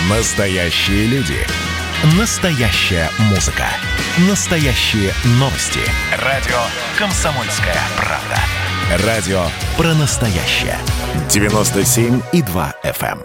Настоящие люди. Настоящая музыка. Настоящие новости. Радио «Комсомольская правда». Радио про настоящее. 97,2 FM.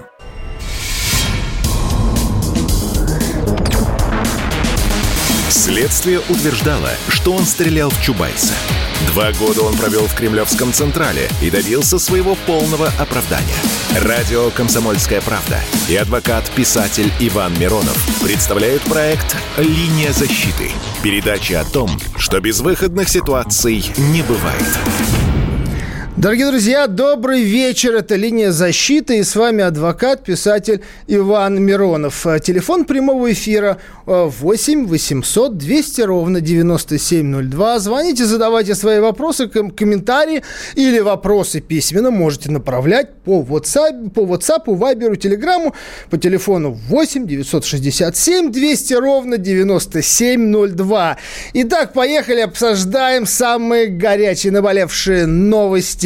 Следствие утверждало, что он стрелял в Чубайса. 2 года он провел в Кремлевском Централе и добился своего полного оправдания. Радио «Комсомольская правда» и адвокат-писатель Иван Миронов представляют проект «Линия защиты». Передача о том, что безвыходных ситуаций не бывает. Дорогие друзья, добрый вечер. Это «Линия защиты». И с вами адвокат, писатель Иван Миронов. Телефон прямого эфира 8 800 200 ровно 9702. Звоните, задавайте свои вопросы, комментарии или вопросы письменно можете направлять по WhatsApp, Viber, Telegram по телефону 8 967 200 ровно 9702. Итак, поехали, обсуждаем самые горячие, наболевшие новости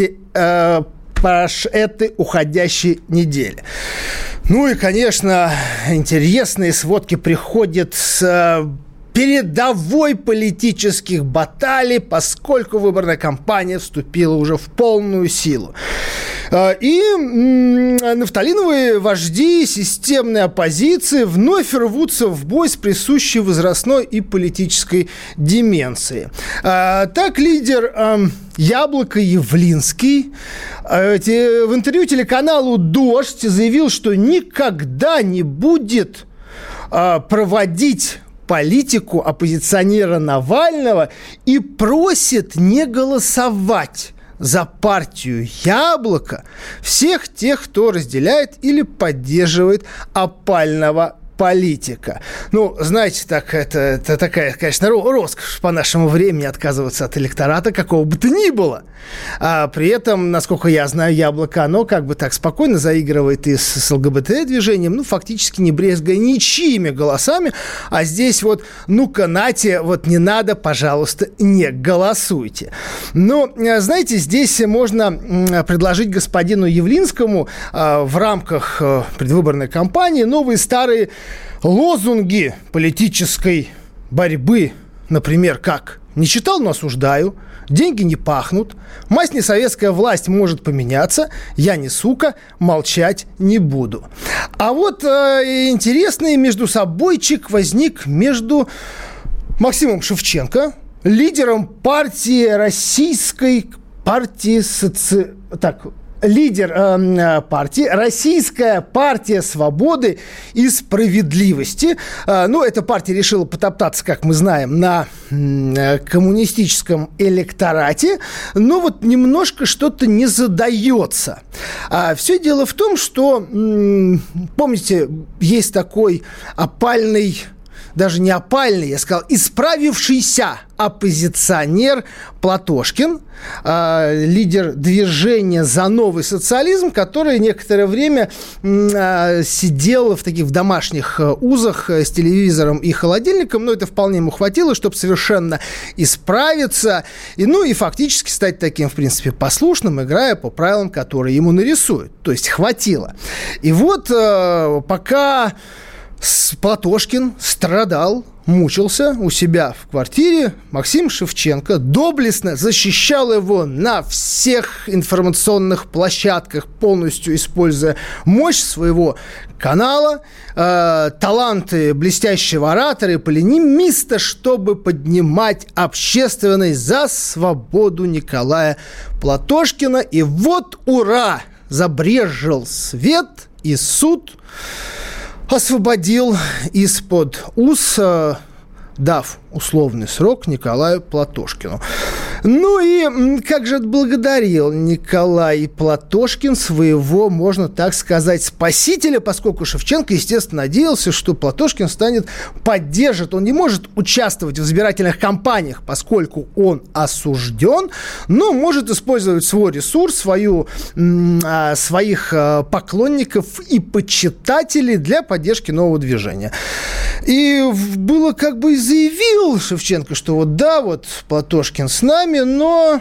этой уходящей недели. Ну и, конечно, интересные сводки приходят с передовой политических баталий, поскольку выборная кампания вступила уже в полную силу. И нафталиновые вожди системной оппозиции вновь рвутся в бой с присущей возрастной и политической деменцией. Так лидер Яблоко Явлинский в интервью телеканалу «Дождь» заявил, что никогда не будет проводить политику оппозиционера Навального и просит не голосовать за партию «Яблоко» всех тех, кто разделяет или поддерживает оппального политика. Ну, знаете, так, это такая, конечно, роскошь по нашему времени отказываться от электората какого бы то ни было. А при этом, насколько я знаю, «Яблоко», оно как бы так спокойно заигрывает и с ЛГБТ-движением, ну, фактически не брезгая ничьими голосами. А здесь вот, ну-ка, нате, вот не надо, пожалуйста, не голосуйте. Но, знаете, здесь можно предложить господину Явлинскому в рамках предвыборной кампании новые старые лозунги политической борьбы, например, как «Не читал, но осуждаю», «Деньги не пахнут», «Мась не советская власть может поменяться», «Я не сука, молчать не буду». А вот интересный междусобойчик возник между Максимом Шевченко, лидером партии российской партии лидер партии «Российская партия свободы и справедливости». Ну, эта партия решила потоптаться, как мы знаем, на коммунистическом электорате, но вот немножко что-то не задается. Все дело в том, что, помните, есть такой опальный, даже не опальный, я сказал, исправившийся оппозиционер Платошкин, лидер движения «За новый социализм», который некоторое время сидел в домашних узах с телевизором и холодильником, но это вполне ему хватило, чтобы совершенно исправиться и фактически стать таким, в принципе, послушным, играя по правилам, которые ему нарисуют. То есть хватило. И вот пока Платошкин страдал, мучился у себя в квартире, Максим Шевченко доблестно защищал его на всех информационных площадках, полностью используя мощь своего канала, таланты блестящего оратора и полемиста, чтобы поднимать общественность за свободу Николая Платошкина. И вот, ура, забрезжил свет, и суд освободил из-под уз, дав условный срок Николаю Платошкину. Ну и как же отблагодарил Николай Платошкин своего, можно так сказать, спасителя, поскольку Шевченко, естественно, надеялся, что Платошкин поддержит. Он не может участвовать в избирательных кампаниях, поскольку он осужден, но может использовать свой ресурс, своих поклонников и почитателей для поддержки нового движения. И было как бы и заявил Шевченко, что вот да, вот Платошкин с нами, но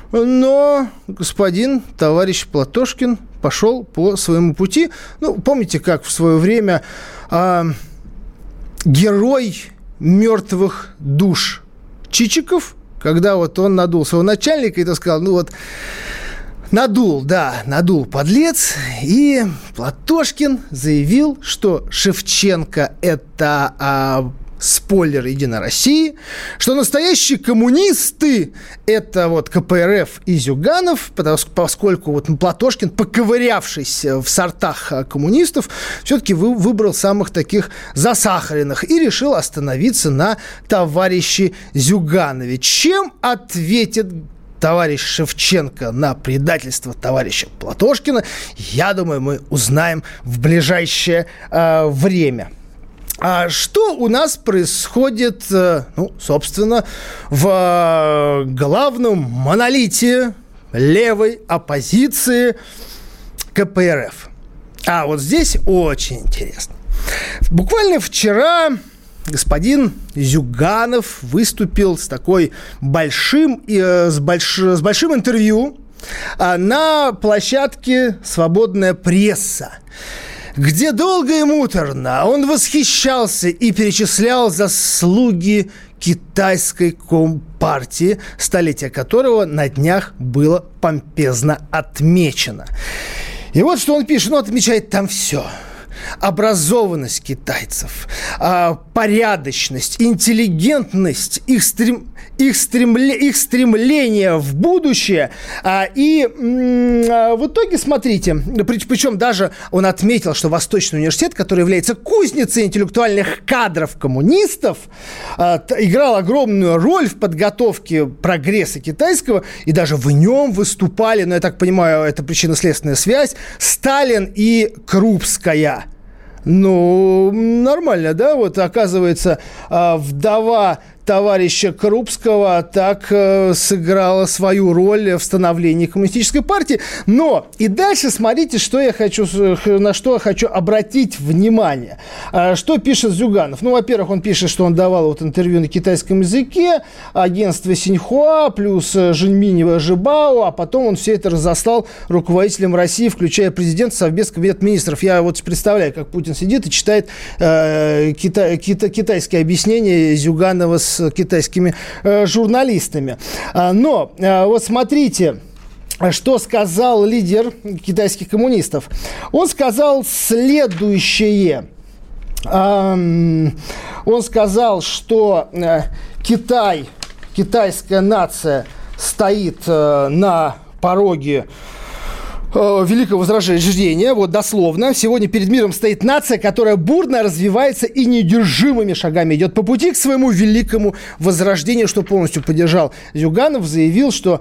господин, товарищ Платошкин пошел по своему пути. Ну, помните, как в свое время герой мертвых душ Чичиков, когда вот он надул своего начальника, и тот сказал, надул подлец, и Платошкин заявил, что Шевченко – это спойлер «Единой России», что настоящие коммунисты – это вот КПРФ и Зюганов, поскольку вот Платошкин, поковырявшись в сортах коммунистов, все-таки выбрал самых таких засахаренных и решил остановиться на товарище Зюганове. Чем ответит товарищ Шевченко на предательство товарища Платошкина, я думаю, мы узнаем в ближайшее время. А что у нас происходит, собственно, в главном монолите левой оппозиции КПРФ? А вот здесь очень интересно. Буквально вчера господин Зюганов выступил с такой большим интервью на площадке «Свободная пресса», где долго и муторно он восхищался и перечислял заслуги китайской компартии, столетие которого на днях было помпезно отмечено. И вот что он пишет, отмечает там все. Образованность китайцев, порядочность, интеллигентность, их стремление в будущее. И в итоге, смотрите, причем даже он отметил, что Восточный университет, который является кузницей интеллектуальных кадров коммунистов, играл огромную роль в подготовке прогресса китайского, и даже в нем выступали, я так понимаю, это причинно-следственная связь, Сталин и Крупская. Нормально, да? Вот, оказывается, вдова товарища Крупского так сыграла свою роль в становлении коммунистической партии. Но и дальше смотрите, на что я хочу обратить внимание. Что пишет Зюганов? Во-первых, он пишет, что он давал интервью на китайском языке, агентство Синьхуа плюс Жиньминь Жибао, а потом он все это разослал руководителям России, включая президента, Совбез, Кабинет министров. Я представляю, как Путин сидит и читает китайские объяснения Зюганова с китайскими журналистами. Но вот смотрите, что сказал лидер китайских коммунистов. Он сказал следующее. Он сказал, что китайская нация стоит на пороге великого возрождения, дословно. Сегодня перед миром стоит нация, которая бурно развивается и неудержимыми шагами идет по пути к своему великому возрождению, что полностью поддержал Зюганов, заявил, что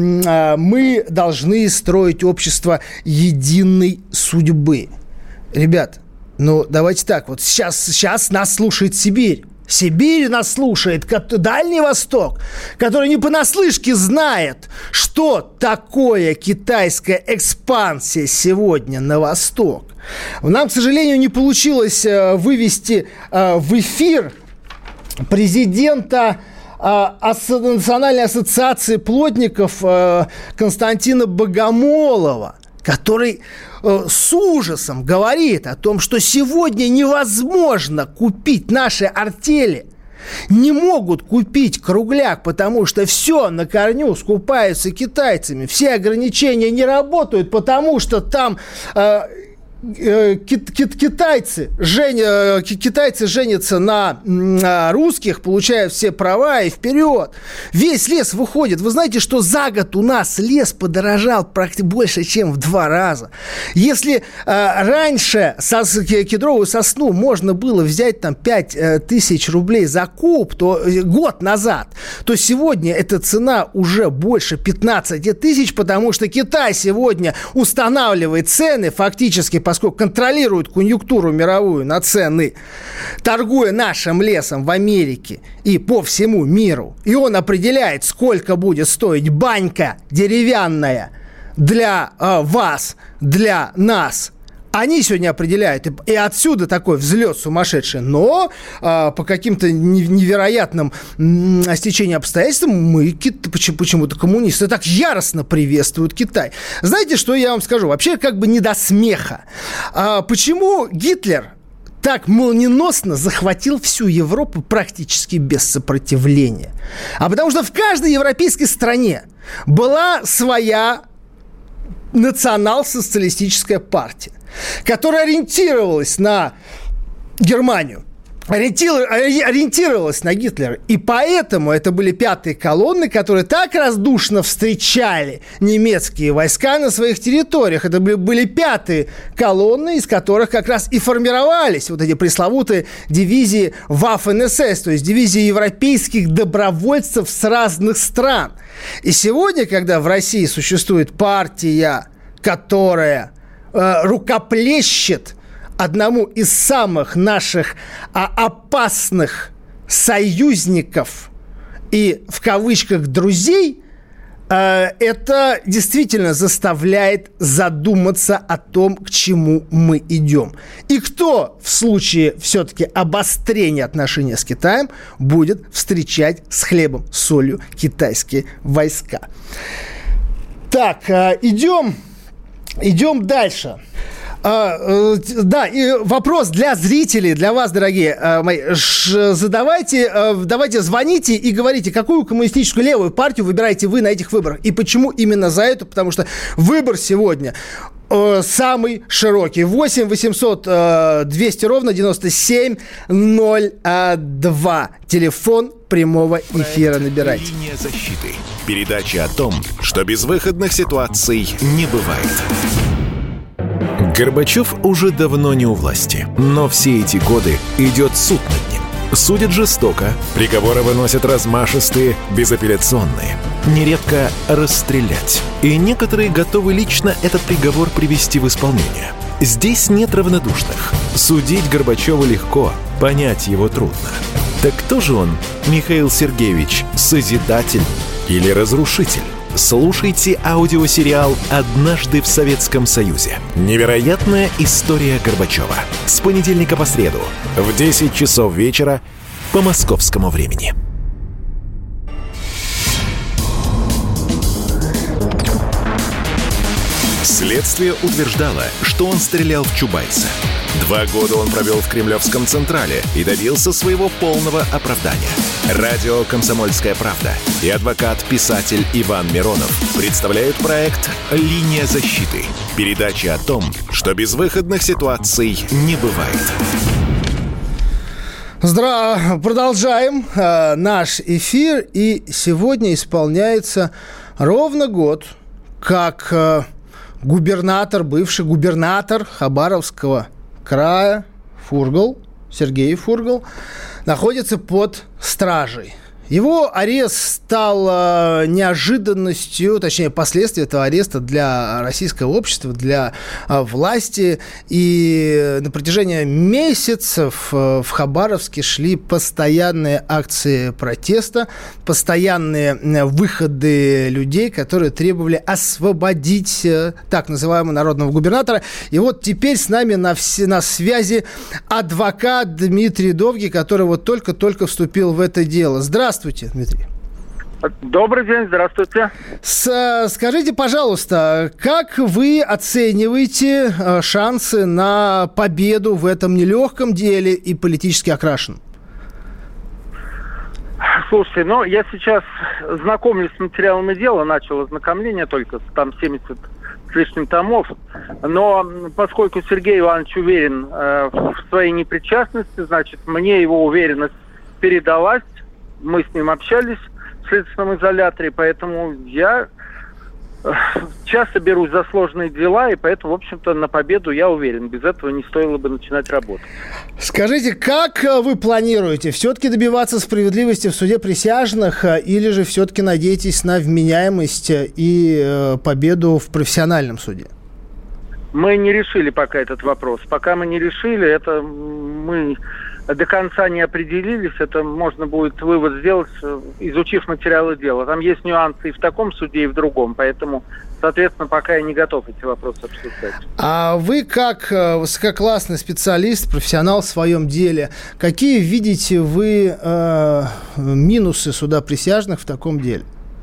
мы должны строить общество единой судьбы. Ребят, давайте так, сейчас нас слушает Сибирь. Сибирь нас слушает, Дальний Восток, который не понаслышке знает, что такое китайская экспансия сегодня на восток. Нам, к сожалению, не получилось вывести в эфир президента Национальной ассоциации плотников Константина Богомолова, который с ужасом говорит о том, что сегодня невозможно купить наши артели. Не могут купить кругляк, потому что все на корню скупается китайцами. Все ограничения не работают, потому что там китайцы женятся на русских, получают все права и вперед. Весь лес выходит. Вы знаете, что за год у нас лес подорожал практически больше, чем в 2 раза. Если раньше кедровую сосну можно было взять 5000 рублей за куб, то год назад, то сегодня эта цена уже больше 15 тысяч, потому что Китай сегодня устанавливает цены фактически, поскольку контролирует конъюнктуру мировую на цены, торгуя нашим лесом в Америке и по всему миру. И он определяет, сколько будет стоить банька деревянная для вас, для нас. Они сегодня определяют, и отсюда такой взлет сумасшедший. Но по каким-то невероятным стечениям обстоятельств мы, почему-то коммунисты, так яростно приветствуют Китай. Знаете, что я вам скажу? Вообще не до смеха. Почему Гитлер так молниеносно захватил всю Европу практически без сопротивления? А потому что в каждой европейской стране была своя национал-социалистическая партия, которая ориентировалась на Германию, ориентировалась на Гитлера. И поэтому это были пятые колонны, которые так радушно встречали немецкие войска на своих территориях. Это были пятые колонны, из которых как раз и формировались вот эти пресловутые дивизии Waffen-СС, то есть дивизии европейских добровольцев с разных стран. И сегодня, когда в России существует партия, которая рукоплещет одному из самых наших опасных союзников и, в кавычках, друзей, это действительно заставляет задуматься о том, к чему мы идем. И кто в случае все-таки обострения отношений с Китаем будет встречать с хлебом, солью китайские войска. Так, идем дальше. Да, и вопрос для зрителей, для вас, дорогие мои. Давайте звоните и говорите, какую коммунистическую левую партию выбираете вы на этих выборах. И почему именно за эту? Потому что выбор сегодня самый широкий. 8 800 200 ровно 9702. Телефон прямого эфира набирайте. «Линия защиты». Передача о том, что безвыходных ситуаций не бывает. Горбачев уже давно не у власти, но все эти годы идет суд над ним. Судят жестоко, приговоры выносят размашистые, безапелляционные. Нередко расстрелять. И некоторые готовы лично этот приговор привести в исполнение. Здесь нет равнодушных. Судить Горбачева легко, понять его трудно. Так кто же он, Михаил Сергеевич, созидатель или разрушитель? Слушайте аудиосериал «Однажды в Советском Союзе». Невероятная история Горбачева. С понедельника по среду в 10 часов вечера по московскому времени. Следствие утверждало, что он стрелял в Чубайса. 2 года он провел в Кремлевском Централе и добился своего полного оправдания. Радио «Комсомольская правда» и адвокат-писатель Иван Миронов представляют проект «Линия защиты». Передача о том, что безвыходных ситуаций не бывает. Продолжаем наш эфир. И сегодня исполняется ровно год, как бывший губернатор Хабаровского края Сергей Фургал находится под стражей. Его арест стал неожиданностью, точнее, последствия этого ареста для российского общества, для власти. И на протяжении месяцев в Хабаровске шли постоянные акции протеста, постоянные выходы людей, которые требовали освободить так называемого народного губернатора. И вот теперь с нами на связи адвокат Дмитрий Довгий, который вот только-только вступил в это дело. Здравствуйте, Дмитрий. Добрый день, здравствуйте. Скажите, пожалуйста, как вы оцениваете шансы на победу в этом нелегком деле и политически окрашенном? Слушайте, я сейчас знакомлюсь с материалами дела, начал ознакомление только, там 70 с лишним томов, но поскольку Сергей Иванович уверен в своей непричастности, значит, мне его уверенность передалась. Мы с ним общались в следственном изоляторе, поэтому я часто берусь за сложные дела, и поэтому, в общем-то, на победу я уверен. Без этого не стоило бы начинать работу. Скажите, как вы планируете все-таки добиваться справедливости в суде присяжных, или же все-таки надеетесь на вменяемость и победу в профессиональном суде? Мы не решили пока этот вопрос. Пока мы не решили, это мы до конца не определились. Это можно будет вывод сделать, изучив материалы дела. Там есть нюансы и в таком суде, и в другом. Поэтому, соответственно, пока я не готов эти вопросы обсуждать. А вы, как высококлассный специалист, профессионал в своем деле, какие видите вы минусы суда присяжных в таком деле?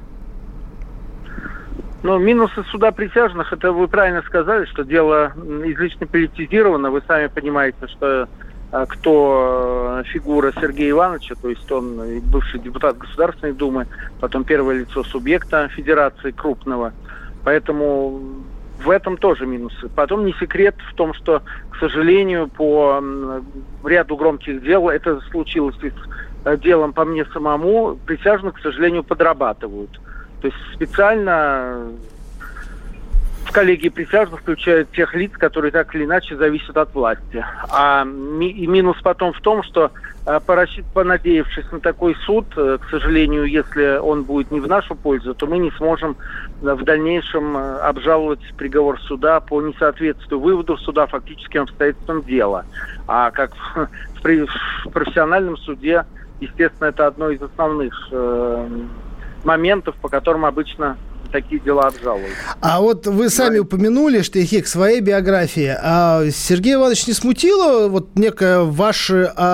Минусы суда присяжных, это вы правильно сказали, что дело излишне политизировано. Вы сами понимаете, что кто фигура Сергея Ивановича, то есть он бывший депутат Государственной Думы, потом первое лицо субъекта федерации крупного. Поэтому в этом тоже минусы. Потом не секрет в том, что, к сожалению, по ряду громких дел, это случилось и с делом по мне самому, присяжных, к сожалению, подрабатывают. То есть специально в коллегии присяжных включают тех лиц, которые так или иначе зависят от власти. И минус потом в том, что понадеявшись на такой суд, к сожалению, если он будет не в нашу пользу, то мы не сможем в дальнейшем обжаловать приговор суда по несоответствию выводу суда фактическим обстоятельствам дела. А как в профессиональном суде, естественно, это одно из основных моментов, по которым обычно такие дела обжалуют. А вот вы сами упомянули, Штейхик, в своей биографии. А Сергей Иванович не смутило вот некое ваш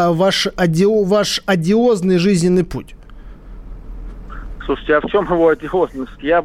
одиозный жизненный путь? Слушайте, а в чем его одиозность? Я,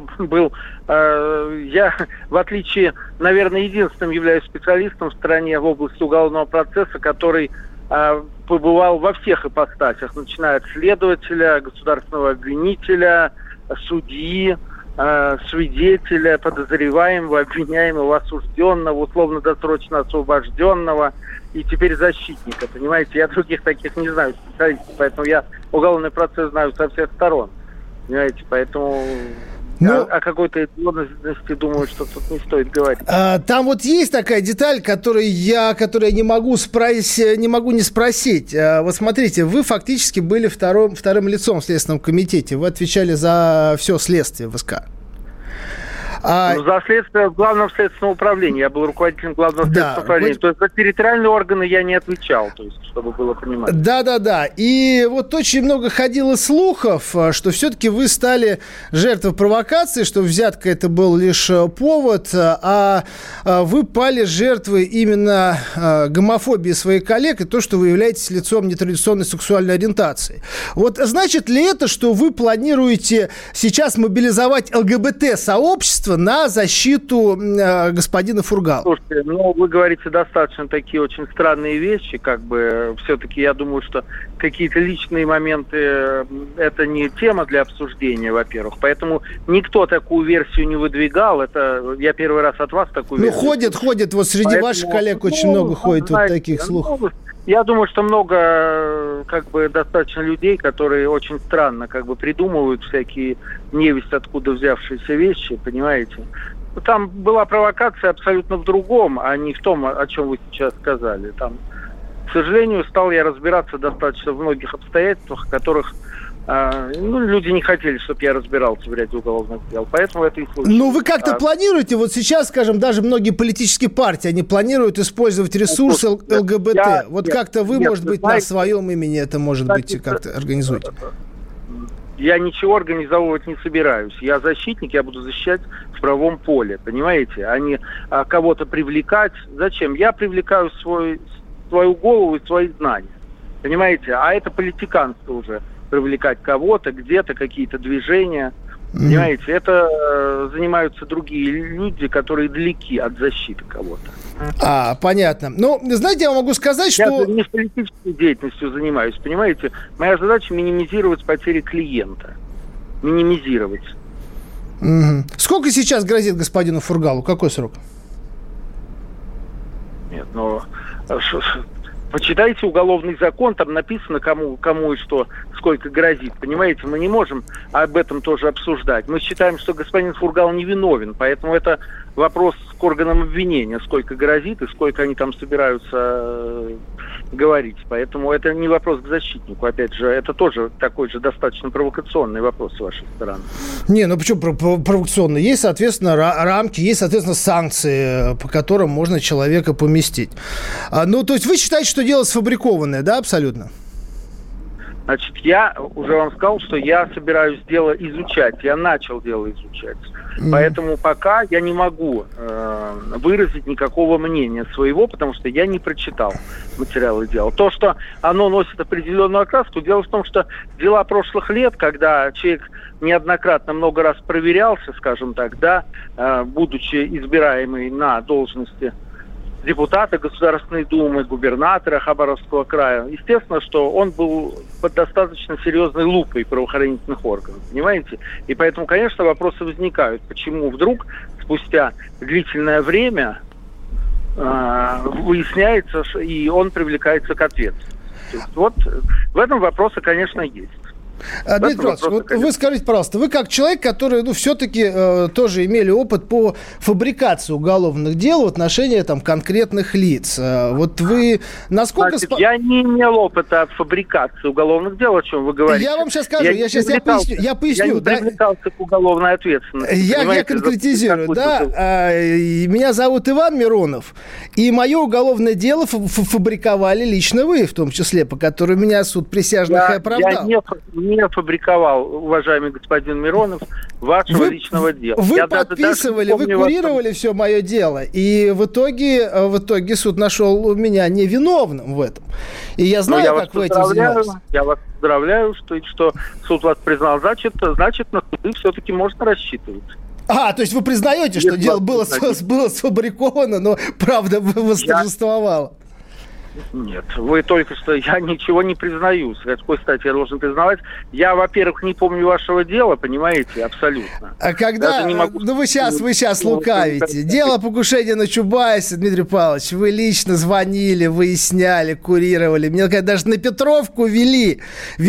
в отличие, наверное, единственным являюсь специалистом в стране в области уголовного процесса, который побывал во всех ипостасях, начиная от следователя, государственного обвинителя, судьи, свидетеля, подозреваемого, обвиняемого, осужденного, условно-досрочно освобожденного и теперь защитника. Понимаете, я других таких не знаю специалистов, поэтому я уголовный процесс знаю со всех сторон. Понимаете, поэтому... о какой-то идиотности, думаю, что тут не стоит говорить. Там вот есть такая деталь, которую я не могу не спросить. Вот смотрите, вы фактически были вторым лицом в Следственном комитете. Вы отвечали за все следствие в СК. За следствие в Главном следственном управлении. Я был руководителем Главного следственного управления. То есть за территориальные органы я не отвечал, то есть, чтобы было понимание. Да. И вот очень много ходило слухов, что все-таки вы стали жертвой провокации, что взятка это был лишь повод, а вы пали жертвой именно гомофобии своих коллег и то, что вы являетесь лицом нетрадиционной сексуальной ориентации. Вот значит ли это, что вы планируете сейчас мобилизовать ЛГБТ-сообщество на защиту господина Фургала? Слушайте, вы говорите достаточно такие очень странные вещи, как бы все-таки я думаю, что какие-то личные моменты это не тема для обсуждения, во-первых, поэтому никто такую версию не выдвигал, это я первый раз от вас такую версию. Ходит, вот среди ваших коллег очень много ходит вот таких слухов. Я думаю, что много достаточно людей, которые очень странно придумывают всякие невесть откуда взявшиеся вещи, понимаете. Там была провокация абсолютно в другом, а не в том, о чем вы сейчас сказали. Там, к сожалению, стал я разбираться достаточно в многих обстоятельствах, в которых люди не хотели, чтобы я разбирался в ряде уголовных дел. Поэтому это и случилось. Вы как-то планируете, вот сейчас, скажем, даже многие политические партии, они планируют использовать ресурсы ЛГБТ. Как-то вы, может быть, на своем имени это, может быть, как-то организуете? Я ничего организовывать не собираюсь. Я защитник, я буду защищать в правовом поле, понимаете? А не кого-то привлекать. Зачем? Я привлекаю свою голову и свои знания. Понимаете? А это политиканство уже. Привлекать кого-то, где-то, какие-то движения. Понимаете, это занимаются другие люди, которые далеки от защиты кого-то. Понятно. Знаете, я могу сказать, что... Я не политической деятельностью занимаюсь, понимаете? Моя задача минимизировать потери клиента. Минимизировать. Сколько сейчас грозит господину Фургалу? Какой срок? Нет, почитайте уголовный закон, там написано, кому и что, сколько грозит. Понимаете, мы не можем об этом тоже обсуждать. Мы считаем, что господин Фургал невиновен, поэтому это вопрос к органам обвинения, сколько грозит и сколько они там собираются говорить. Поэтому это не вопрос к защитнику. Опять же, это тоже такой же достаточно провокационный вопрос с вашей стороны. Почему провокационный? Есть, соответственно, рамки, есть, соответственно, санкции, по которым можно человека поместить. То есть вы считаете, что дело сфабрикованное, да, абсолютно? Значит, я уже вам сказал, что я собираюсь дело изучать. Я начал дело изучать. Поэтому пока я не могу выразить никакого мнения своего, потому что я не прочитал материалы дела. То, что оно носит определенную окраску, дело в том, что дела прошлых лет, когда человек неоднократно много раз проверялся, скажем так, будучи избираемый на должности депутата Государственной Думы, губернатора Хабаровского края. Естественно, что он был под достаточно серьезной лупой правоохранительных органов, понимаете? И поэтому, конечно, вопросы возникают. Почему вдруг спустя длительное время выясняется, и он привлекается к ответственности? То есть вот в этом вопросы, конечно, есть. Дмитрий Павлович, вот вы скажите, пожалуйста, вы как человек, который, все-таки тоже имели опыт по фабрикации уголовных дел в отношении конкретных лиц. Вот вы насколько... Значит, я не имел опыта от фабрикации уголовных дел, о чем вы говорите. Я вам сейчас скажу, я поясню. Я не привлекался к уголовной ответственности. Я конкретизирую, да. Меня зовут Иван Миронов, и мое уголовное дело фабриковали лично вы, в том числе, по которому меня суд присяжных и оправдал. Я не фабриковал, уважаемый господин Миронов, вашего личного дела. Вы подписывали, вы курировали все мое дело, и в итоге суд нашел меня невиновным в этом. И я знаю, как вы этим занимаетесь. Я вас поздравляю, что суд вас признал. Значит, на суды все-таки можно рассчитывать. То есть вы признаете, что дело было сфабриковано, но правда восторжествовала? Нет, вы только что... Я ничего не признаю. С какой стати я должен признавать? Я, во-первых, не помню вашего дела, понимаете, абсолютно. А когда... вы сейчас лукавите. Дело покушения на Чубайса, Дмитрий Павлович, вы лично звонили, выясняли, курировали. Мне даже на Петровку везли.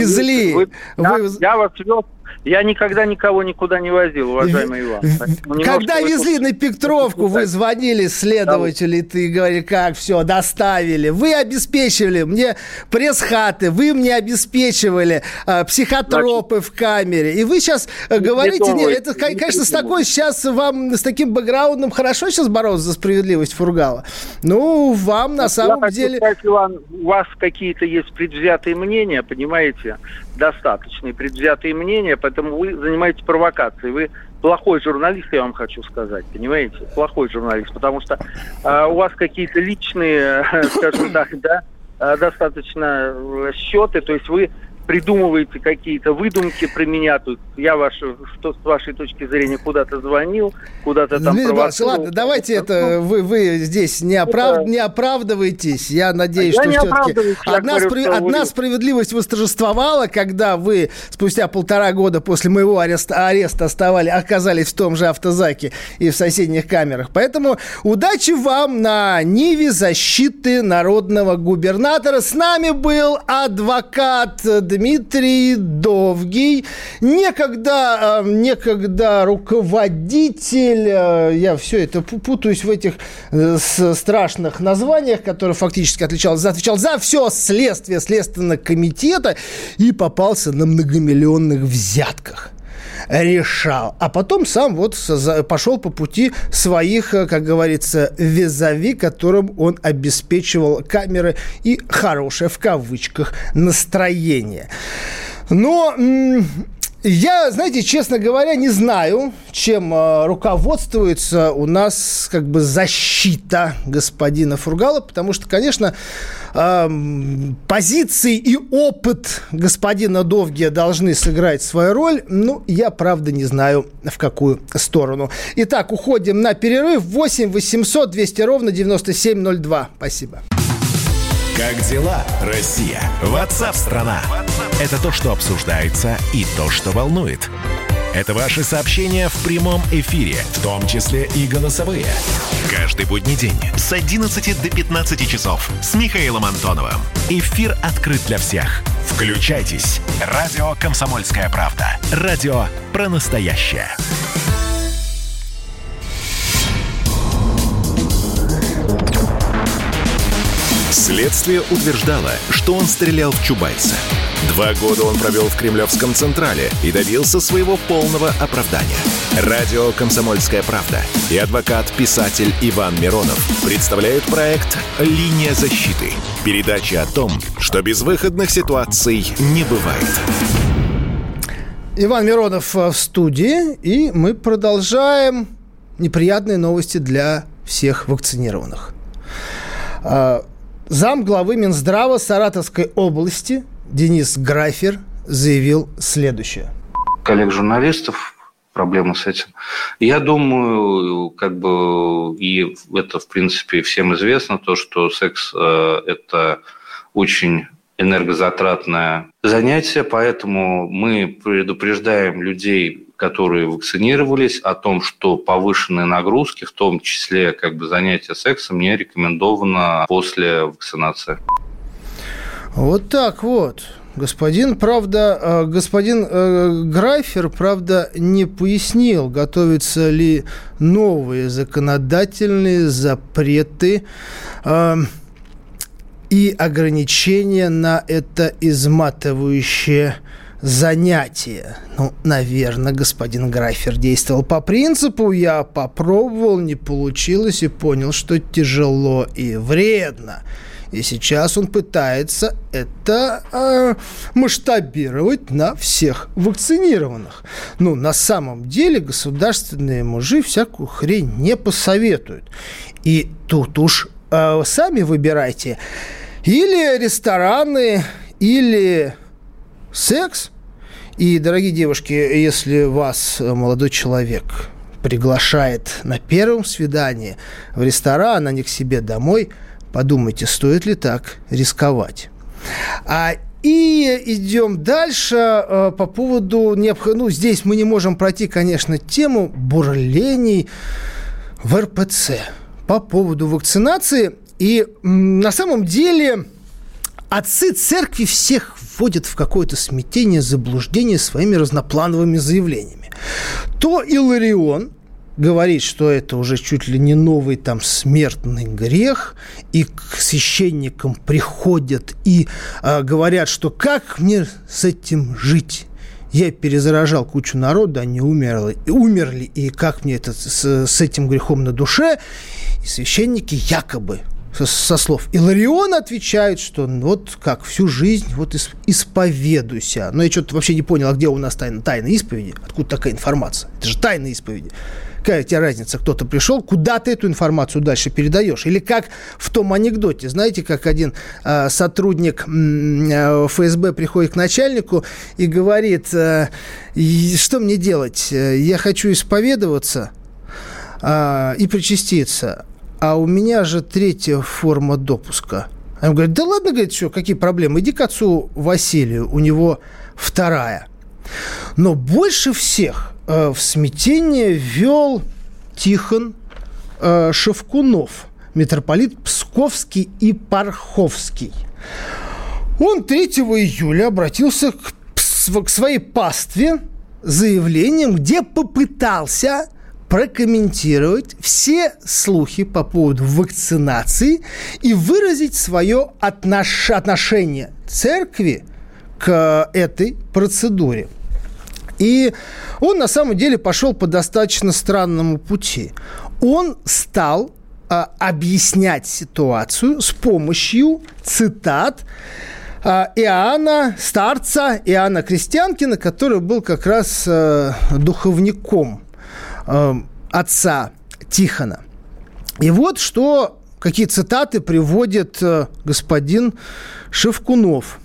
Я вас вез. Я никогда никого никуда не возил, уважаемый Иван. Когда везли на Петровку, вы звонили следователю, и ты говорили, как все, доставили. Вы обеспечивали мне пресс-хаты, вы мне обеспечивали психотропы в камере. И вы сейчас говорите, нет, это, конечно, с таким бэкграундом хорошо сейчас бороться за справедливость Фургала. Вам на самом деле... Сказать, Иван, у вас какие-то есть предвзятые мнения, понимаете? Достаточные предвзятые мнения, поэтому вы занимаетесь провокацией. Вы плохой журналист, я вам хочу сказать, понимаете? Плохой журналист, потому что у вас какие-то личные, скажем так, достаточно счеты, то есть вы придумываете какие-то выдумки про меня тут. Я с вашей точки зрения куда-то звонил, куда-то там провоцировал. Ладно, давайте вы здесь не оправдываетесь. Я надеюсь, что все-таки одна справедливость восторжествовала, когда вы спустя 1,5 года после моего ареста оказались в том же автозаке и в соседних камерах. Поэтому удачи вам на ниве защиты народного губернатора. С нами был адвокат Дмитрий Довгий, некогда руководитель, я все это путаюсь в этих страшных названиях, которые фактически отвечал за все следствие Следственного комитета и попался на многомиллионных взятках. Решал. А потом сам пошел по пути своих, как говорится, визави, которым он обеспечивал камеры и хорошее, в кавычках, настроение. Но... Я, знаете, честно говоря, не знаю, чем руководствуется у нас защита господина Фургала, потому что, конечно, позиции и опыт господина Довгия должны сыграть свою роль, но я, правда, не знаю, в какую сторону. Итак, уходим на перерыв. 8 800 200 ровно 9702. Спасибо. Как дела, Россия? WhatsApp-страна! Это то, что обсуждается, и то, что волнует. Это ваши сообщения в прямом эфире, в том числе и голосовые. Каждый будний день с 11 до 15 часов с Михаилом Антоновым. Эфир открыт для всех. Включайтесь. Радио «Комсомольская правда». Радио про настоящее. Следствие утверждало, что он стрелял в Чубайса. 2 года он провел в Кремлевском Централе и добился своего полного оправдания. Радио «Комсомольская правда» и адвокат-писатель Иван Миронов представляют проект «Линия защиты». Передача о том, что безвыходных ситуаций не бывает. Иван Миронов в студии, и мы продолжаем неприятные новости для всех вакцинированных. Замглавы Минздрава Саратовской области Денис Графер заявил следующее. Коллег-журналистов проблемы с этим. Я думаю, и это, в принципе, всем известно, то, что секс – это очень энергозатратное занятие, поэтому мы предупреждаем людей, которые вакцинировались, о том, что повышенные нагрузки, в том числе занятия сексом, не рекомендовано после вакцинации. Вот так вот. Господин Грайфер, правда, не пояснил, готовятся ли новые законодательные запреты и ограничения на это изматывающее занятие. Наверное, господин Грайфер действовал по принципу «я попробовал, не получилось и понял, что тяжело и вредно». И сейчас он пытается это масштабировать на всех вакцинированных. На самом деле государственные мужи всякую хрень не посоветуют. И тут уж сами выбирайте. Или рестораны, или секс. И, дорогие девушки, если вас молодой человек приглашает на первом свидании в ресторан, а не к себе домой, подумайте, стоит ли так рисковать. И идем дальше по поводу... здесь мы не можем пройти, конечно, тему бурлений в РПЦ по поводу вакцинации. И на самом деле отцы церкви всех вводят в какое-то смятение, заблуждение своими разноплановыми заявлениями. То Иларион говорит, что это уже чуть ли не новый смертный грех, и к священникам приходят и говорят, что как мне с этим жить? Я перезаражал кучу народа, они умерли, и как мне это с этим грехом на душе? И священники якобы со слов Илариона отвечают, что как всю жизнь исповедуйся. Но я что-то вообще не понял, а где у нас тайна исповеди? Откуда такая информация? Это же тайна исповеди. Какая у тебя разница, кто-то пришел, куда ты эту информацию дальше передаешь? Или как в том анекдоте, знаете, как один сотрудник ФСБ приходит к начальнику и говорит, что мне делать? Я хочу исповедоваться и причаститься, а у меня же 3-я форма допуска. А он говорит, да ладно, говорит, что, какие проблемы? Иди к отцу Василию, у него 2-я. Но больше всех в смятение ввел Тихон Шевкунов, митрополит Псковский и Парховский. Он 3 июля обратился к своей пастве с заявлением, где попытался прокомментировать все слухи по поводу вакцинации и выразить свое отношение церкви к этой процедуре. И он на самом деле пошел по достаточно странному пути. Он стал объяснять ситуацию с помощью цитат Иоанна Старца, Иоанна Крестьянкина, который был как раз духовником отца Тихона. И вот какие цитаты приводит господин Шевкунов.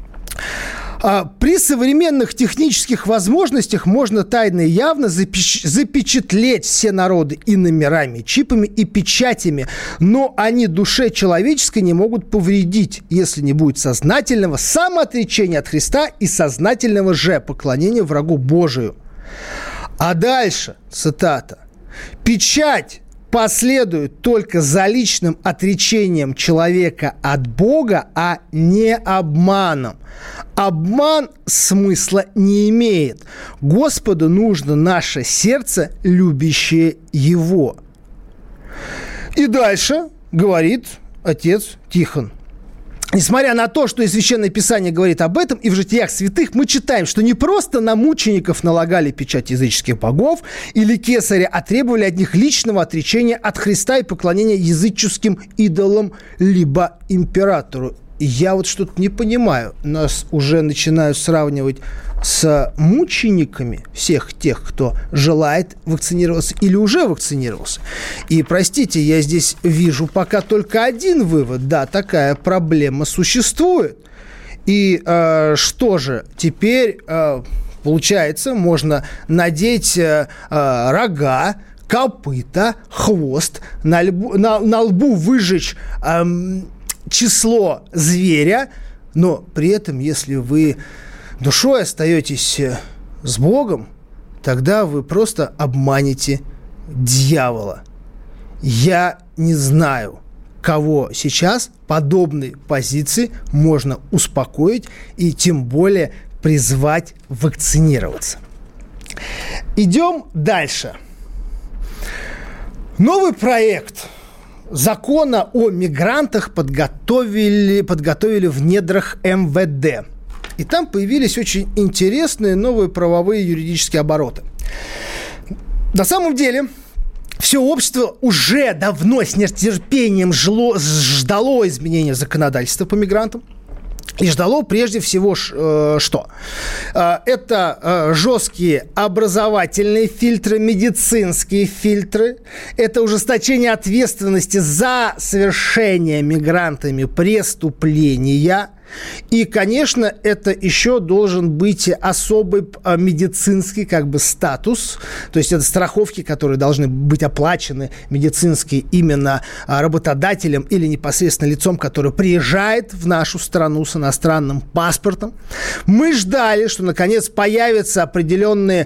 При современных технических возможностях можно тайно и явно запечатлеть все народы и номерами, чипами и печатями, но они душе человеческой не могут повредить, если не будет сознательного самоотречения от Христа и сознательного же поклонения врагу Божию. А дальше, цитата, «Печать последует только за личным отречением человека от Бога, а не обманом. Обман смысла не имеет. Господу нужно наше сердце, любящее Его». И дальше говорит отец Тихон. Несмотря на то, что и Священное Писание говорит об этом, и в житиях святых мы читаем, что не просто на мучеников налагали печать языческих богов или кесаря, а требовали от них личного отречения от Христа и поклонения языческим идолам либо императору. И я что-то не понимаю. Нас уже начинают сравнивать с мучениками всех тех, кто желает вакцинироваться или уже вакцинировался. И, простите, я здесь вижу пока только один вывод. Да, такая проблема существует. И что же, теперь Получается, можно надеть рога, копыта, хвост, на лбу выжечь число зверя, но при этом, если вы душой остаетесь с Богом, тогда вы просто обманете дьявола. Я не знаю, кого сейчас подобной позиции можно успокоить и тем более призвать вакцинироваться. Идем дальше. Новый проект закона о мигрантах подготовили в недрах МВД. И там появились очень интересные новые правовые юридические обороты. На самом деле, все общество уже давно с нетерпением ждало изменения законодательства по мигрантам. И ждало прежде всего что? Это жесткие образовательные фильтры, медицинские фильтры. Это ужесточение ответственности за совершение мигрантами преступления. И, конечно, это еще должен быть особый медицинский статус. То есть это страховки, которые должны быть оплачены медицинские именно работодателем или непосредственно лицом, который приезжает в нашу страну с иностранным паспортом. Мы ждали, что, наконец, появятся определенные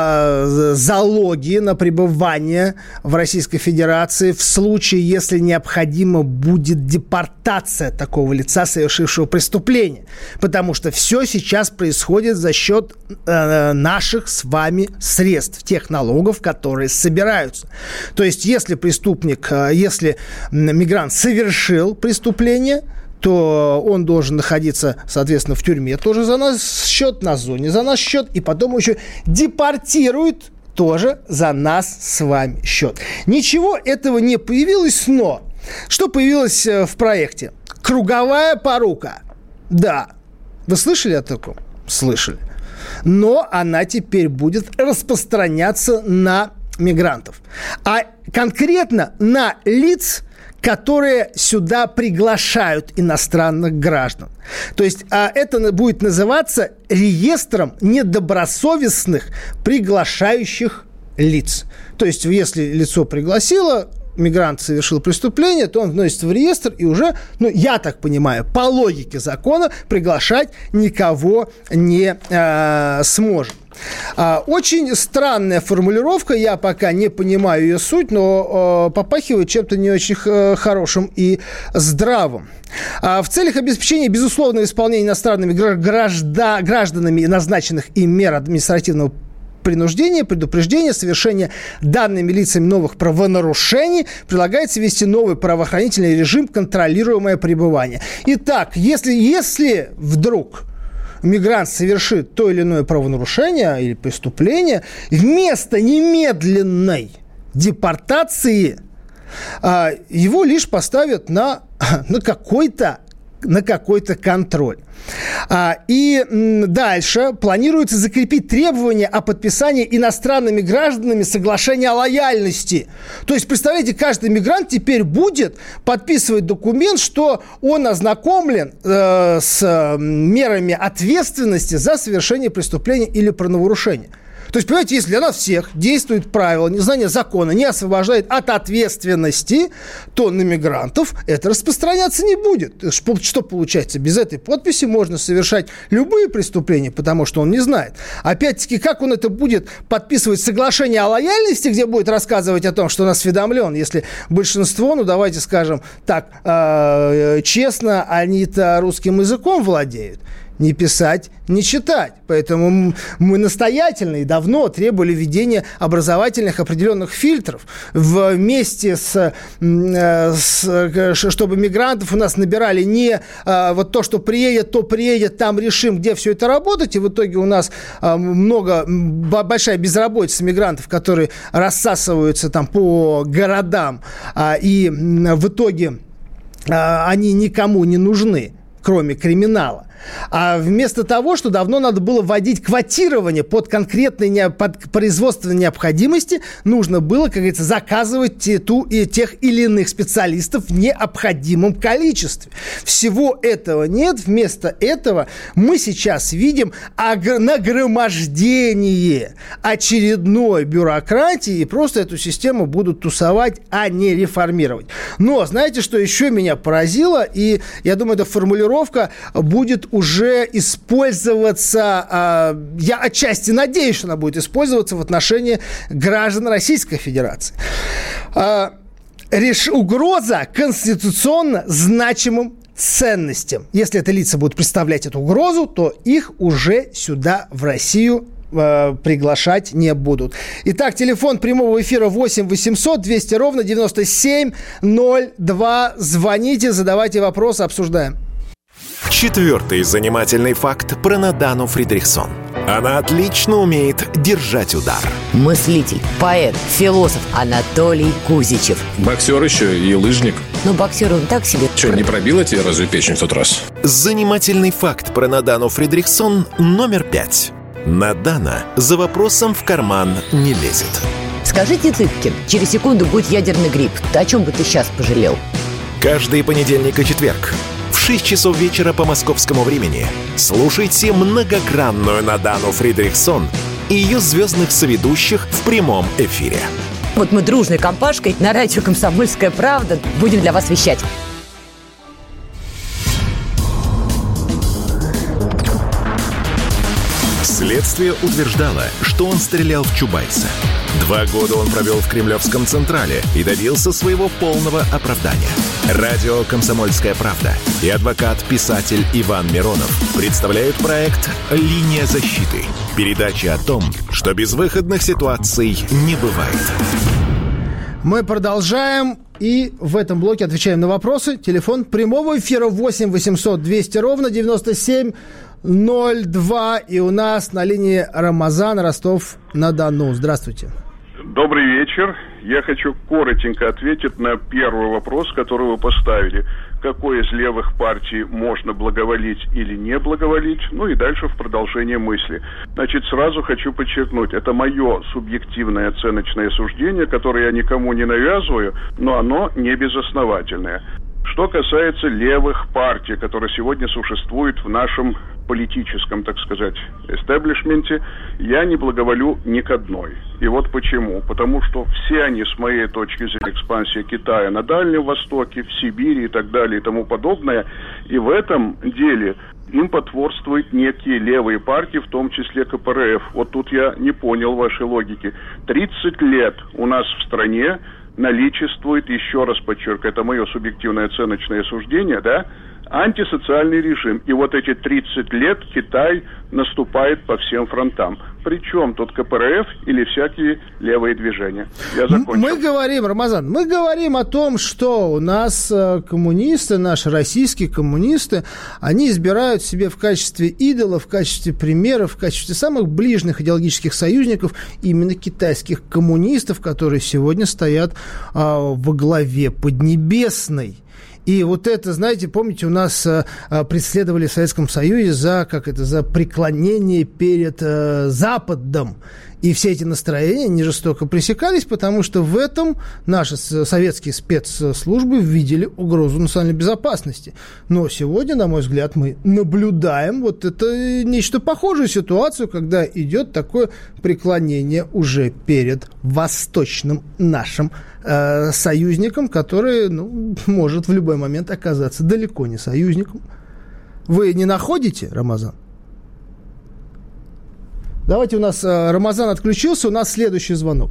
залоги на пребывание в Российской Федерации в случае, если необходима будет депортация такого лица, совершившего преступление. Потому что все сейчас происходит за счет наших с вами средств, тех налогов, которые собираются. То есть, если преступник, если мигрант совершил преступление, то он должен находиться, соответственно, в тюрьме тоже за наш счет, на зоне за наш счет, и потом еще депортируют тоже за нас с вами счет. Ничего этого не появилось, но что появилось в проекте? Круговая порука. Да. Вы слышали о таком? Слышали. Но она теперь будет распространяться на мигрантов. А конкретно на лиц, которые сюда приглашают иностранных граждан. То есть это будет называться реестром недобросовестных приглашающих лиц. То есть если лицо пригласило, мигрант совершил преступление, то он вносится в реестр и уже, я так понимаю, по логике закона приглашать никого не сможет. Очень странная формулировка, я пока не понимаю ее суть, но попахивает чем-то не очень хорошим и здравым. В целях обеспечения безусловного исполнения иностранными гражданами назначенных им мер административного принуждения, предупреждения, совершения данными лицами новых правонарушений прилагается ввести новый правоохранительный режим контролируемое пребывание. Итак, если вдруг мигрант совершит то или иное правонарушение или преступление, вместо немедленной депортации его лишь поставят на какой-то контроль. И дальше планируется закрепить требования о подписании иностранными гражданами соглашения о лояльности. То есть, представляете, каждый мигрант теперь будет подписывать документ, что он ознакомлен с мерами ответственности за совершение преступления или правонарушения. То есть, понимаете, если для нас всех действует правило, незнание закона не освобождает от ответственности, то на мигрантов это распространяться не будет. Что получается? Без этой подписи можно совершать любые преступления, потому что он не знает. Опять-таки, как он это будет подписывать соглашение о лояльности, где будет рассказывать о том, что он осведомлен, если большинство, давайте скажем так, честно, они-то русским языком владеют. Не писать, не читать. Поэтому мы настоятельно и давно требовали введения образовательных определенных фильтров вместе чтобы мигрантов у нас набирали не вот то, что приедет, то приедет, там решим, где все это работать. И в итоге у нас большая безработица мигрантов, которые рассасываются там по городам, и в итоге они никому не нужны, кроме криминала. А вместо того, что давно надо было вводить квотирование под конкретные под производственные необходимости, нужно было, как говорится, заказывать тех или иных специалистов в необходимом количестве. Всего этого нет. Вместо этого мы сейчас видим нагромождение очередной бюрократии, и просто эту систему будут тусовать, а не реформировать. Но знаете, что еще меня поразило? И я думаю, эта формулировка будет уже использоваться, я отчасти надеюсь, что она будет использоваться в отношении граждан Российской Федерации. Угроза конституционно значимым ценностям. Если это лица будут представлять эту угрозу, то их уже сюда, в Россию, приглашать не будут. Итак, телефон прямого эфира 8 800 200 ровно 9702. Звоните, задавайте вопросы, обсуждаем. Четвертый занимательный факт про Надану Фридрихсон. Она отлично умеет держать удар. Мыслитель, поэт, философ Анатолий Кузичев. Боксер еще и лыжник. Но боксер он так себе. Что, не пробила тебе разве печень в тот раз? Занимательный факт про Надану Фридрихсон номер 5. Надана за вопросом в карман не лезет. Скажите, Цыпкин, через секунду будет ядерный грипп. О чем бы ты сейчас пожалел? Каждый понедельник и четверг в 6 часов вечера по московскому времени слушайте многогранную Надану Фридрихсон и ее звездных соведущих в прямом эфире. Вот мы дружной компашкой на радио «Комсомольская правда» будем для вас вещать. Следствие утверждало, что он стрелял в Чубайса. 2 года он провел в Кремлевском Централе и добился своего полного оправдания. Радио «Комсомольская правда» и адвокат-писатель Иван Миронов представляют проект «Линия защиты». Передача о том, что безвыходных ситуаций не бывает. Мы продолжаем. И в этом блоке отвечаем на вопросы. Телефон прямого эфира 8 800 200 ровно 9702. И у нас на линии Рамазан, Ростов-на-Дону. Здравствуйте. Добрый вечер. Я хочу коротенько ответить на первый вопрос, который вы поставили. Какой из левых партий можно благоволить или не благоволить? Ну и дальше в продолжение мысли. Значит, сразу хочу подчеркнуть, это мое субъективное оценочное суждение, которое я никому не навязываю, но оно не безосновательное. Что касается левых партий, которые сегодня существуют в нашем политическом, так сказать, эстеблишменте, я не благоволю ни к одной. И вот почему. Потому что все они, с моей точки зрения, экспансия Китая на Дальнем Востоке, в Сибири и так далее и тому подобное. И в этом деле им потворствуют некие левые партии, в том числе КПРФ. Вот тут я не понял вашей логики. 30 лет у нас в стране наличествует, еще раз подчеркиваю, это мое субъективное оценочное суждение, да, антисоциальный режим. И вот эти 30 лет Китай наступает по всем фронтам. Причем тут КПРФ или всякие левые движения. Я закончил. Мы говорим, Рамазан, мы говорим о том, что у нас коммунисты, наши российские коммунисты, они избирают себе в качестве идолов, в качестве примеров, в качестве самых ближних идеологических союзников именно китайских коммунистов, которые сегодня стоят во главе Поднебесной. И вот это, знаете, помните, у нас преследовали в Советском Союзе за преклонение перед Западом. И все эти настроения не жестоко пресекались, потому что в этом наши советские спецслужбы видели угрозу национальной безопасности. Но сегодня, на мой взгляд, мы наблюдаем вот это нечто похожую ситуацию, когда идет такое преклонение уже перед восточным нашим союзником, который, может в любой момент оказаться далеко не союзником. Вы не находите, Рамазан? Давайте, у нас Рамазан отключился, у нас следующий звонок.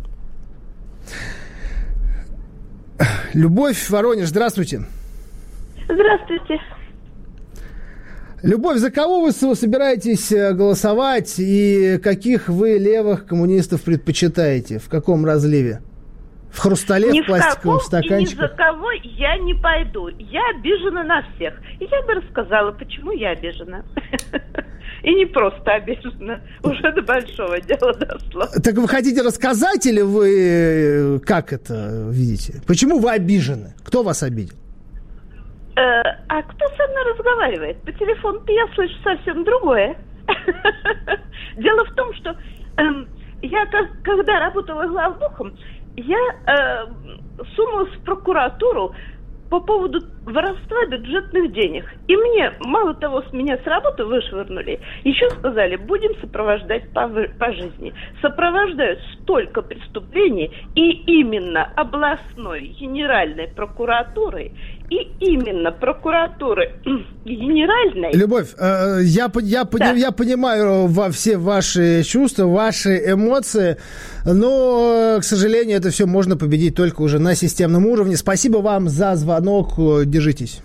Любовь, Воронеж, здравствуйте. Здравствуйте. Любовь, за кого вы собираетесь голосовать и каких вы левых коммунистов предпочитаете? В каком разливе? В хрустале, в пластиковом стаканчике? Ни за кого я не пойду. Я обижена на всех. И я бы рассказала, почему я обижена. И не просто обижена. Уже до большого дела дошло. Так вы хотите рассказать или вы как это видите? Почему вы обижены? Кто вас обидел? А кто со мной разговаривает? По телефону-то я слышу совсем другое. Дело в том, что я, когда работала главбухом, я сунулась в прокуратуру по поводу воровства бюджетных денег. И мне, мало того, с меня с работы вышвырнули, еще сказали, будем сопровождать по жизни. Сопровождают столько преступлений, и именно областной генеральной прокуратурой, и именно прокуратуры генеральной... Любовь, я понимаю все ваши чувства, ваши эмоции, но, к сожалению, это все можно победить только уже на системном уровне. Спасибо вам за звонок. Держитесь.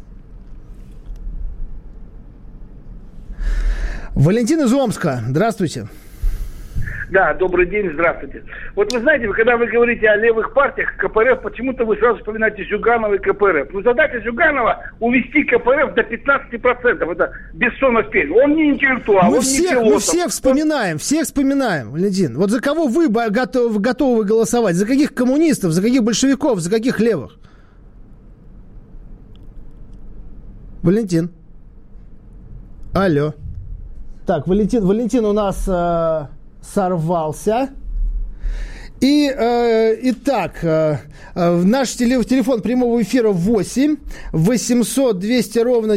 Валентин из Омска. Здравствуйте. Да, добрый день, здравствуйте. Вот вы знаете, когда вы говорите о левых партиях, КПРФ, почему-то вы сразу вспоминаете Зюганова и КПРФ. Но задача Зюганова увести КПРФ до 15%. Это Бессонов пень. Он не интеллектуал, мы всех вспоминаем, Валентин. Вот за кого вы готовы голосовать? За каких коммунистов, за каких большевиков, за каких левых? Валентин. Алло. Так, Валентин у нас сорвался. Итак, наш телефон прямого эфира 8 800 200 ровно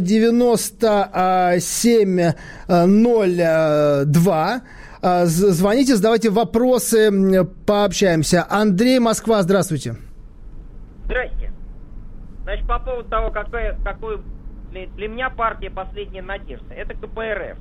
9702. Звоните, задавайте вопросы, пообщаемся. Андрей, Москва, здравствуйте. Здрасте. Значит, по поводу того, какую для меня партия «Последняя надежда», это КПРФ.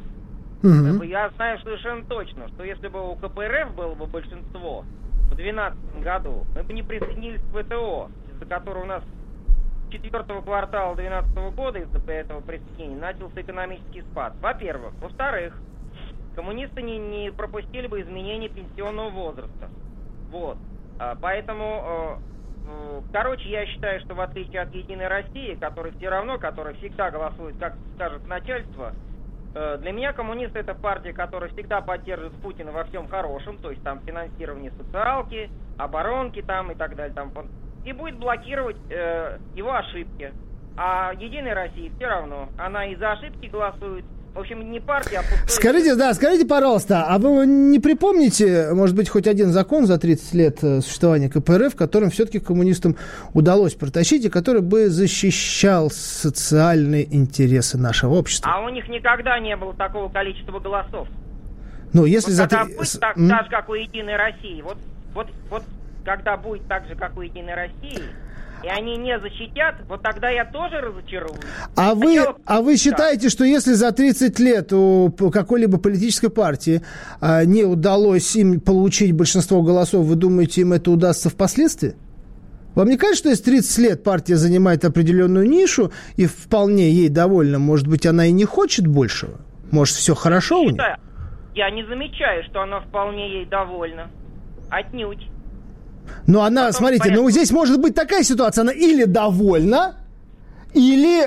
Я знаю совершенно точно, что если бы у КПРФ было бы большинство в 2012 году, мы бы не присоединились к ВТО, из-за которого у нас с 4-го квартала 2012 года из-за этого присоединения начался экономический спад. Во-первых. Во-вторых, коммунисты не пропустили бы изменения пенсионного возраста. Вот. Поэтому... Короче, я считаю, что в отличие от «Единой России», которая всегда голосует, как скажет начальство, для меня коммунисты — это партия, которая всегда поддерживает Путина во всем хорошем, то есть там финансирование социалки, оборонки там и так далее, там, и будет блокировать его ошибки. А «Единая Россия» все равно, она и за ошибки голосует. В общем, не партия, а пустой... Скажите, пожалуйста, а вы не припомните, может быть, хоть один закон за 30 лет существования КПРФ, которым все-таки коммунистам удалось протащить, и который бы защищал социальные интересы нашего общества? А у них никогда не было такого количества голосов. Ну, если вот когда будет так же, как у «Единой России», вот когда будет так же, как у «Единой России», и они не защитят, вот тогда я тоже разочаруюсь. А вы считаете, что если за 30 лет у какой-либо политической партии не удалось им получить большинство голосов, вы думаете, им это удастся впоследствии? Вам не кажется, что если 30 лет партия занимает определенную нишу и вполне ей довольна, может быть, она и не хочет большего? Может, все хорошо у них? Я не замечаю, что она вполне ей довольна. Отнюдь. Но она, смотрите, здесь может быть такая ситуация, она или довольна, или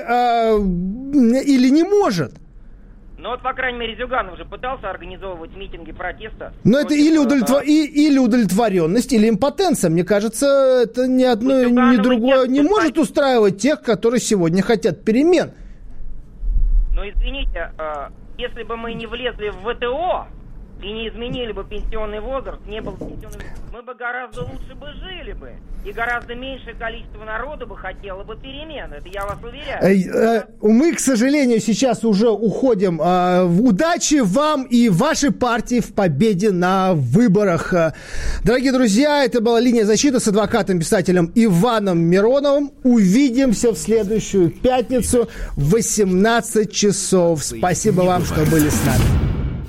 не может. Ну вот, по крайней мере, Зюганов уже пытался организовывать митинги протеста. Но это или удовлетворенность, или импотенция. Мне кажется, это ни одно, ни другое не может устраивать тех, которые сегодня хотят перемен. Но извините, если бы мы не влезли в ВТО и не изменили бы пенсионный возраст, не был пенсионный возраст, мы бы гораздо лучше бы жили бы. И гораздо меньшее количество народу бы хотело бы перемен. Это я вас уверяю. Мы, к сожалению, сейчас уже уходим. Удачи вам и вашей партии в победе на выборах. Дорогие друзья, это была «Линия защиты» с адвокатом-писателем Иваном Мироновым. Увидимся в следующую пятницу в 18 часов. Спасибо вам, что были с нами.